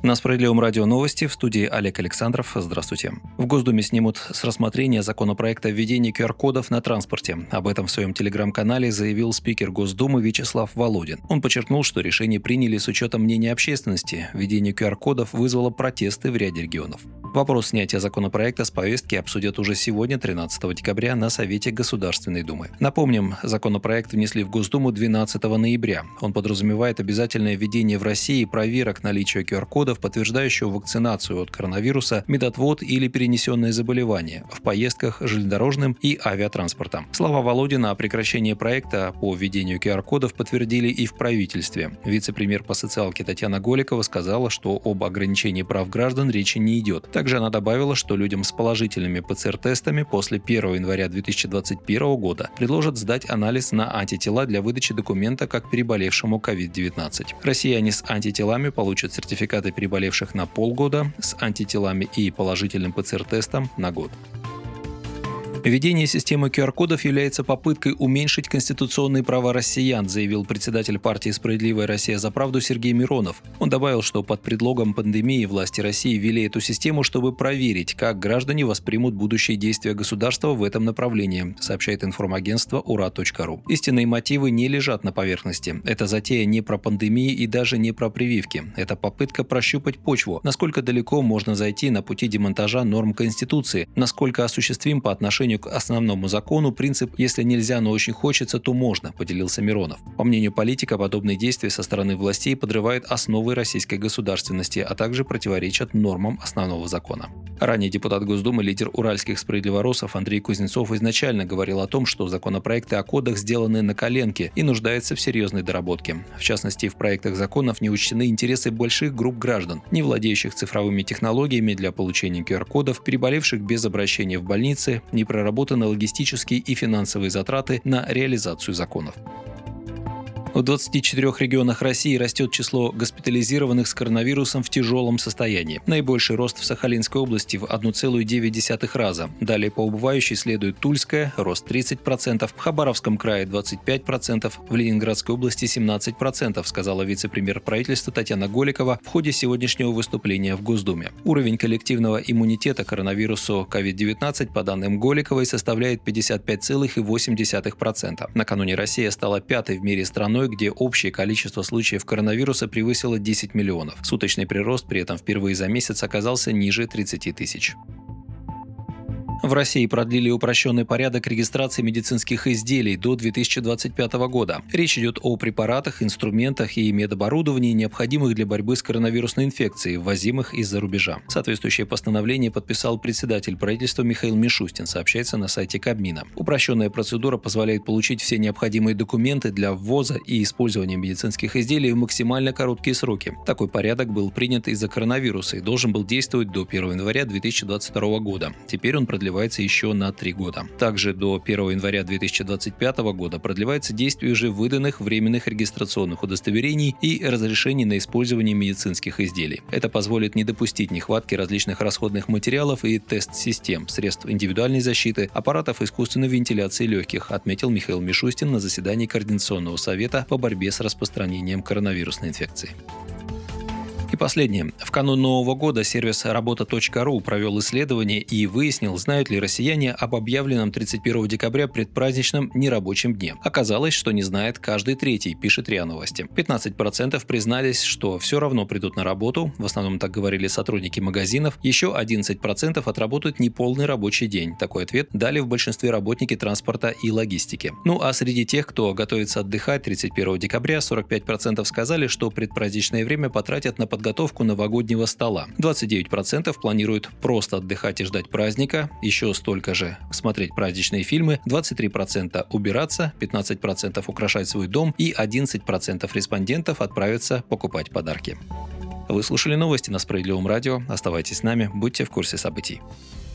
На Справедливом радио новости, в студии Олег Александров. Здравствуйте. В Госдуме снимут с рассмотрения законопроекта о введении QR-кодов на транспорте. Об этом в своем телеграм-канале заявил спикер Госдумы Вячеслав Володин. Он подчеркнул, что решение приняли с учетом мнения общественности. Введение QR-кодов вызвало протесты в ряде регионов. Вопрос снятия законопроекта с повестки обсудят уже сегодня, 13 декабря, на Совете Государственной Думы. Напомним, законопроект внесли в Госдуму 12 ноября. Он подразумевает обязательное введение в России проверок наличия QR-кодов, подтверждающего вакцинацию от коронавируса, медотвод или перенесенное заболевание в поездках железнодорожным и авиатранспортом. Слова Володина о прекращении проекта по введению QR-кодов подтвердили и в правительстве. Вице-премьер по социалке Татьяна Голикова сказала, что об ограничении прав граждан речи не идет. Также она добавила, что людям с положительными ПЦР-тестами после 1 января 2021 года предложат сдать анализ на антитела для выдачи документа как переболевшему COVID-19. Россияне с антителами получат сертификаты переболевших на полгода, с антителами и положительным ПЦР-тестом на год. Введение системы QR-кодов является попыткой уменьшить конституционные права россиян, заявил председатель партии «Справедливая Россия за правду» Сергей Миронов. Он добавил, что под предлогом пандемии власти России ввели эту систему, чтобы проверить, как граждане воспримут будущие действия государства в этом направлении, сообщает информагентство ура.ру. Истинные мотивы не лежат на поверхности. Эта затея не про пандемии и даже не про прививки. Это попытка прощупать почву, насколько далеко можно зайти на пути демонтажа норм Конституции, насколько осуществим по отношению к основному закону принцип «если нельзя, но очень хочется, то можно», поделился Миронов. По мнению политика, подобные действия со стороны властей подрывают основы российской государственности, а также противоречат нормам основного закона. Ранее депутат Госдумы, лидер уральских справедливоросов Андрей Кузнецов изначально говорил о том, что законопроекты о кодах сделаны на коленке и нуждаются в серьезной доработке. В частности, в проектах законов не учтены интересы больших групп граждан, не владеющих цифровыми технологиями для получения QR-кодов, переболевших без обращения в больницы, не проработаны логистические и финансовые затраты на реализацию законов. В 24 регионах России растет число госпитализированных с коронавирусом в тяжелом состоянии. Наибольший рост в Сахалинской области в 1,9 раза. Далее по убывающей следует Тульская, рост 30%, в Хабаровском крае 25%, в Ленинградской области 17%, сказала вице-премьер правительства Татьяна Голикова в ходе сегодняшнего выступления в Госдуме. Уровень коллективного иммунитета к коронавирусу COVID-19, по данным Голиковой, составляет 55,8%. Накануне Россия стала пятой в мире страной, где общее количество случаев коронавируса превысило 10 миллионов. Суточный прирост при этом впервые за месяц оказался ниже 30 тысяч. В России продлили упрощенный порядок регистрации медицинских изделий до 2025 года. Речь идет о препаратах, инструментах и медоборудовании, необходимых для борьбы с коронавирусной инфекцией, ввозимых из-за рубежа. Соответствующее постановление подписал председатель правительства Михаил Мишустин, сообщается на сайте Кабмина. Упрощенная процедура позволяет получить все необходимые документы для ввоза и использования медицинских изделий в максимально короткие сроки. Такой порядок был принят из-за коронавируса и должен был действовать до 1 января 2022 года. Теперь он продлевается еще на 3 года. Также до 1 января 2025 года продлевается действие уже выданных временных регистрационных удостоверений и разрешений на использование медицинских изделий. Это позволит не допустить нехватки различных расходных материалов и тест-систем, средств индивидуальной защиты, аппаратов искусственной вентиляции легких, отметил Михаил Мишустин на заседании Координационного совета по борьбе с распространением коронавирусной инфекции. И последнее. В канун Нового года сервис работа.ру провел исследование и выяснил, знают ли россияне об объявленном 31 декабря предпраздничном нерабочем дне. Оказалось, что не знает каждый третий, пишет РИА Новости. 15% признались, что все равно придут на работу, в основном так говорили сотрудники магазинов, еще 11% отработают неполный рабочий день. Такой ответ дали в большинстве работники транспорта и логистики. Ну а среди тех, кто готовится отдыхать 31 декабря, 45% сказали, что предпраздничное время потратят на подготовку новогоднего стола. 29% планируют просто отдыхать и ждать праздника, еще столько же смотреть праздничные фильмы, 23% убираться, 15% украшать свой дом и 11% респондентов отправятся покупать подарки. Вы слушали новости на Справедливом радио. Оставайтесь с нами, будьте в курсе событий.